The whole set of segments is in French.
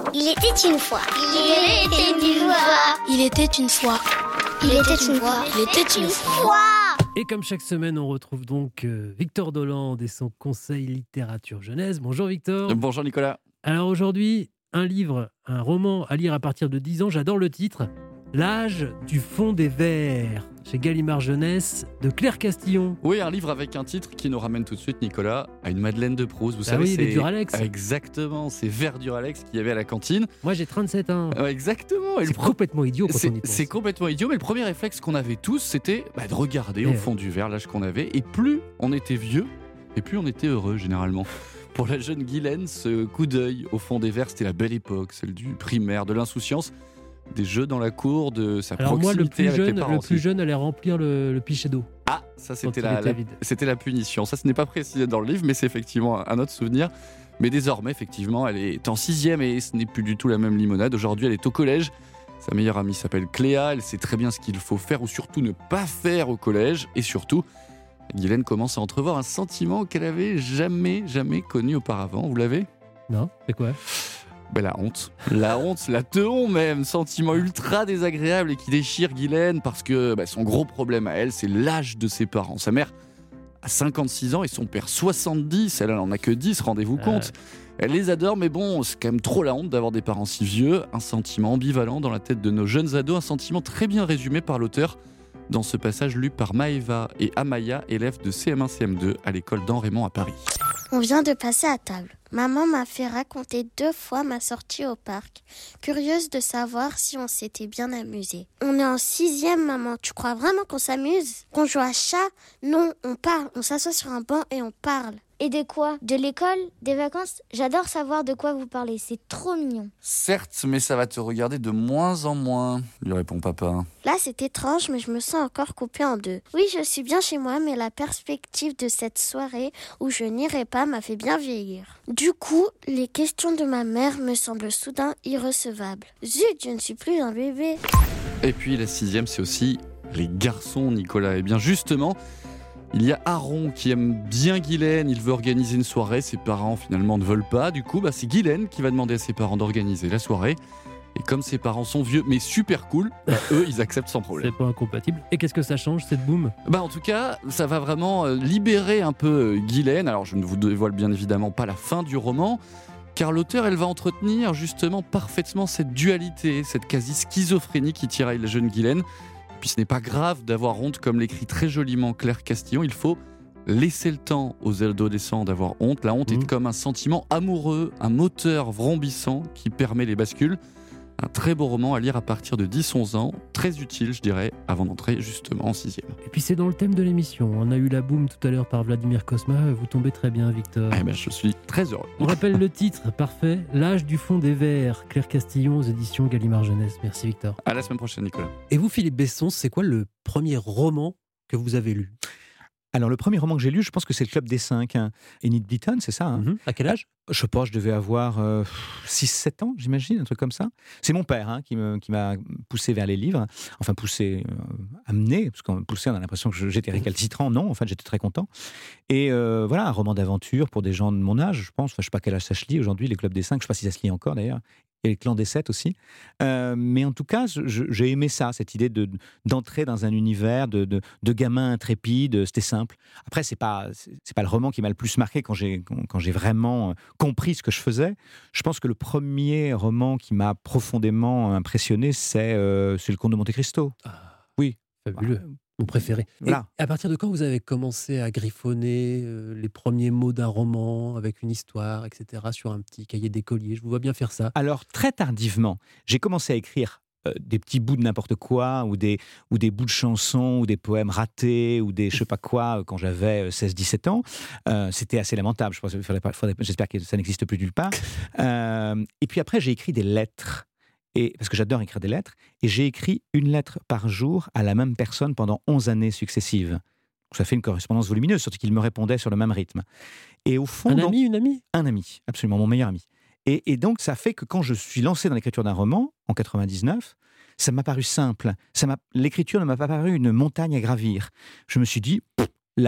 Il était une fois. Il était une fois. Il était une fois. Il était une fois. Il était une fois. Et comme chaque semaine, on retrouve donc Victor Dolande et son conseil littérature jeunesse. Bonjour Victor. Bonjour Nicolas. Alors aujourd'hui, un livre, un roman à lire à partir de 10 ans. J'adore le titre. L'âge du fond des vers, chez Gallimard Jeunesse, de Claire Castillon. Oui, un livre avec un titre qui nous ramène tout de suite, Nicolas, à une Madeleine de Proust. Vous savez, oui, c'est les Duralex. Exactement, c'est vers Duralex qu'il y avait à la cantine. Moi, j'ai 37 ans. Exactement. Et C'est complètement idiot quand on y pense. C'est complètement idiot, mais le premier réflexe qu'on avait tous, c'était de regarder au fond du verre l'âge qu'on avait. Et plus on était vieux, et plus on était heureux, généralement. Pour la jeune Guylaine, ce coup d'œil au fond des verres, c'était la belle époque, celle du primaire, de l'insouciance, des jeux dans la cour, de sa Alors moi, proximité avec les parents. le plus jeune allait remplir le pichet d'eau. Ah, ça c'était c'était la punition. Ça, ce n'est pas précisé dans le livre, mais c'est effectivement un autre souvenir. Mais désormais, effectivement, elle est en 6e et ce n'est plus du tout la même limonade. Aujourd'hui, elle est au collège. Sa meilleure amie s'appelle Cléa. Elle sait très bien ce qu'il faut faire ou surtout ne pas faire au collège. Et surtout, Guylaine commence à entrevoir un sentiment qu'elle avait jamais connu auparavant. Vous l'avez ? Non, c'est quoi ? La honte, la teon même, sentiment ultra désagréable et qui déchire Guylaine parce que son gros problème à elle, c'est l'âge de ses parents. Sa mère a 56 ans et son père 70, elle en a que 10, rendez-vous compte. Elle les adore, mais bon, c'est quand même trop la honte d'avoir des parents si vieux. Un sentiment ambivalent dans la tête de nos jeunes ados, un sentiment très bien résumé par l'auteur dans ce passage lu par Maëva et Amaya, élèves de CM1, CM2 à l'école d'Henn-Raymond à Paris. On vient de passer à table. Maman m'a fait raconter 2 fois ma sortie au parc. Curieuse de savoir si on s'était bien amusé. On est en 6e, maman. Tu crois vraiment qu'on s'amuse ? Qu'on joue à chat ? Non, on parle. On s'assoit sur un banc et on parle. Et de quoi ? De l'école ? Des vacances ? J'adore savoir de quoi vous parlez, c'est trop mignon. Certes, mais ça va te regarder de moins en moins, lui répond papa. Là, c'est étrange, mais je me sens encore coupée en 2. Oui, je suis bien chez moi, mais la perspective de cette soirée où je n'irai pas m'a fait bien vieillir. Du coup, les questions de ma mère me semblent soudain irrecevables. Zut, je ne suis plus un bébé. Et puis la 6e, c'est aussi les garçons, Nicolas. Et bien justement, il y a Aaron qui aime bien Guylaine, il veut organiser une soirée, ses parents finalement ne veulent pas, du coup c'est Guylaine qui va demander à ses parents d'organiser la soirée. Et comme ses parents sont vieux mais super cool, eux ils acceptent sans problème. C'est pas incompatible. Et qu'est-ce que ça change cette boum ? En tout cas, ça va vraiment libérer un peu Guylaine. Alors je ne vous dévoile bien évidemment pas la fin du roman, car l'auteur elle va entretenir justement parfaitement cette dualité, cette quasi-schizophrénie qui tiraille la jeune Guylaine. Puis ce n'est pas grave d'avoir honte, comme l'écrit très joliment Claire Castillon. Il faut laisser le temps aux adolescents d'avoir honte. La honte est comme un sentiment amoureux, un moteur vrombissant qui permet les bascules. Un très beau roman à lire à partir de 10-11 ans. Très utile, je dirais, avant d'entrer justement en 6e. Et puis c'est dans le thème de l'émission. On a eu la boum tout à l'heure par Vladimir Cosma. Vous tombez très bien, Victor. Je suis très heureux. On rappelle le titre, parfait. L'âge du fond des vers. Claire Castillon aux éditions Gallimard Jeunesse. Merci, Victor. À la semaine prochaine, Nicolas. Et vous, Philippe Besson, c'est quoi le premier roman que vous avez lu ? Alors, le premier roman que j'ai lu, je pense que c'est Le Club des 5. Enid Blyton, c'est ça À quel âge ? Je pense que je devais avoir 6-7 ans, j'imagine, un truc comme ça. C'est mon père qui m'a poussé vers les livres. Enfin, amené, parce qu'en poussé, on a l'impression que j'étais récalcitrant. Non, en fait, j'étais très content. Et voilà, un roman d'aventure pour des gens de mon âge, je pense. Enfin, je ne sais pas quel âge ça se lit aujourd'hui, Les Clubs des 5. Je ne sais pas si ça se lit encore, d'ailleurs. Et les clans des 7 aussi. Mais en tout cas, j'ai aimé ça, cette idée d'entrer dans un univers de gamins intrépides. C'était simple. Après, c'est pas le roman qui m'a le plus marqué quand j'ai vraiment compris ce que je faisais. Je pense que le premier roman qui m'a profondément impressionné, c'est Le Comte de Monte Cristo. Oui. Fabuleux. Mon préféré. Voilà. Et à partir de quand vous avez commencé à griffonner les premiers mots d'un roman avec une histoire, etc., sur un petit cahier d'écolier ? Je vous vois bien faire ça. Alors, très tardivement, j'ai commencé à écrire des petits bouts de n'importe quoi, ou des bouts de chansons, ou des poèmes ratés, ou des je sais pas quoi, quand j'avais 16-17 ans. C'était assez lamentable. Je pense j'espère que ça n'existe plus nulle part. Et puis après, j'ai écrit des lettres. Parce que j'adore écrire des lettres, et j'ai écrit une lettre par jour à la même personne pendant 11 années successives. Donc ça fait une correspondance volumineuse, surtout qu'il me répondait sur le même rythme. Et au fond, Une amie Un ami, absolument, mon meilleur ami. Et donc ça fait que quand je suis lancé dans l'écriture d'un roman, en 99, ça m'a paru simple. L'écriture ne m'a pas paru une montagne à gravir. Je me suis dit,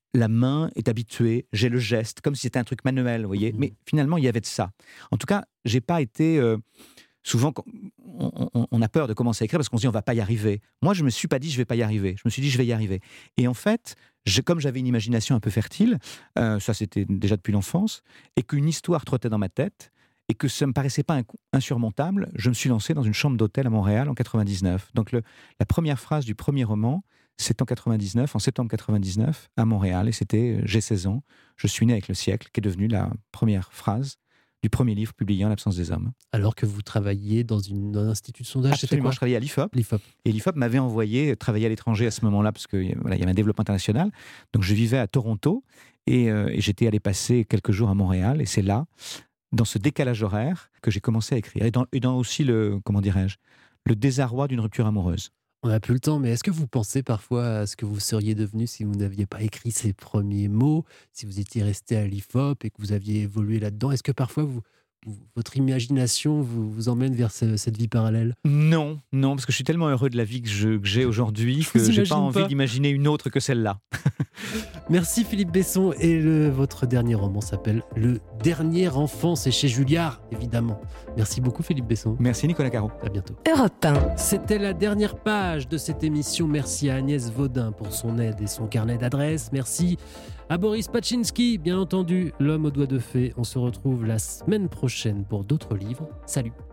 la main est habituée, j'ai le geste, comme si c'était un truc manuel, vous voyez. Mais finalement, il y avait de ça. En tout cas, j'ai pas été... souvent, on a peur de commencer à écrire parce qu'on se dit on va pas y arriver. Moi, je me suis pas dit je vais pas y arriver. Je me suis dit je vais y arriver. Et en fait, comme j'avais une imagination un peu fertile, ça c'était déjà depuis l'enfance, et qu'une histoire trottait dans ma tête, et que ça me paraissait pas insurmontable, je me suis lancé dans une chambre d'hôtel à Montréal en 99. Donc la première phrase du premier roman, c'est en septembre 99, à Montréal, et c'était « J'ai 16 ans, je suis né avec le siècle », qui est devenue la première phrase du premier livre publié en l'absence des hommes. Alors que vous travailliez dans un institut de sondage, c'était quoi ? Je travaillais à l'IFOP. Et l'IFOP m'avait envoyé travailler à l'étranger à ce moment-là, parce qu'il y avait un développement international. Donc je vivais à Toronto, et j'étais allé passer quelques jours à Montréal, et c'est là, dans ce décalage horaire, que j'ai commencé à écrire. Et dans aussi le désarroi d'une rupture amoureuse. On n'a plus le temps, mais est-ce que vous pensez parfois à ce que vous seriez devenu si vous n'aviez pas écrit ces premiers mots, si vous étiez resté à l'IFOP et que vous aviez évolué là-dedans ? Est-ce que parfois votre imagination vous emmène vers cette vie parallèle ? Non, parce que je suis tellement heureux de la vie que j'ai aujourd'hui que je n'ai pas envie d'imaginer une autre que celle-là. Merci Philippe Besson. Et votre dernier roman s'appelle Le Dernier Enfant, c'est chez Julliard, évidemment. Merci beaucoup Philippe Besson. Merci Nicolas Caro. À bientôt. Europe 1. C'était la dernière page de cette émission. Merci à Agnès Vaudin pour son aide et son carnet d'adresses. Merci à Boris Paczynski, bien entendu, l'homme aux doigts de fée. On se retrouve la semaine prochaine pour d'autres livres. Salut.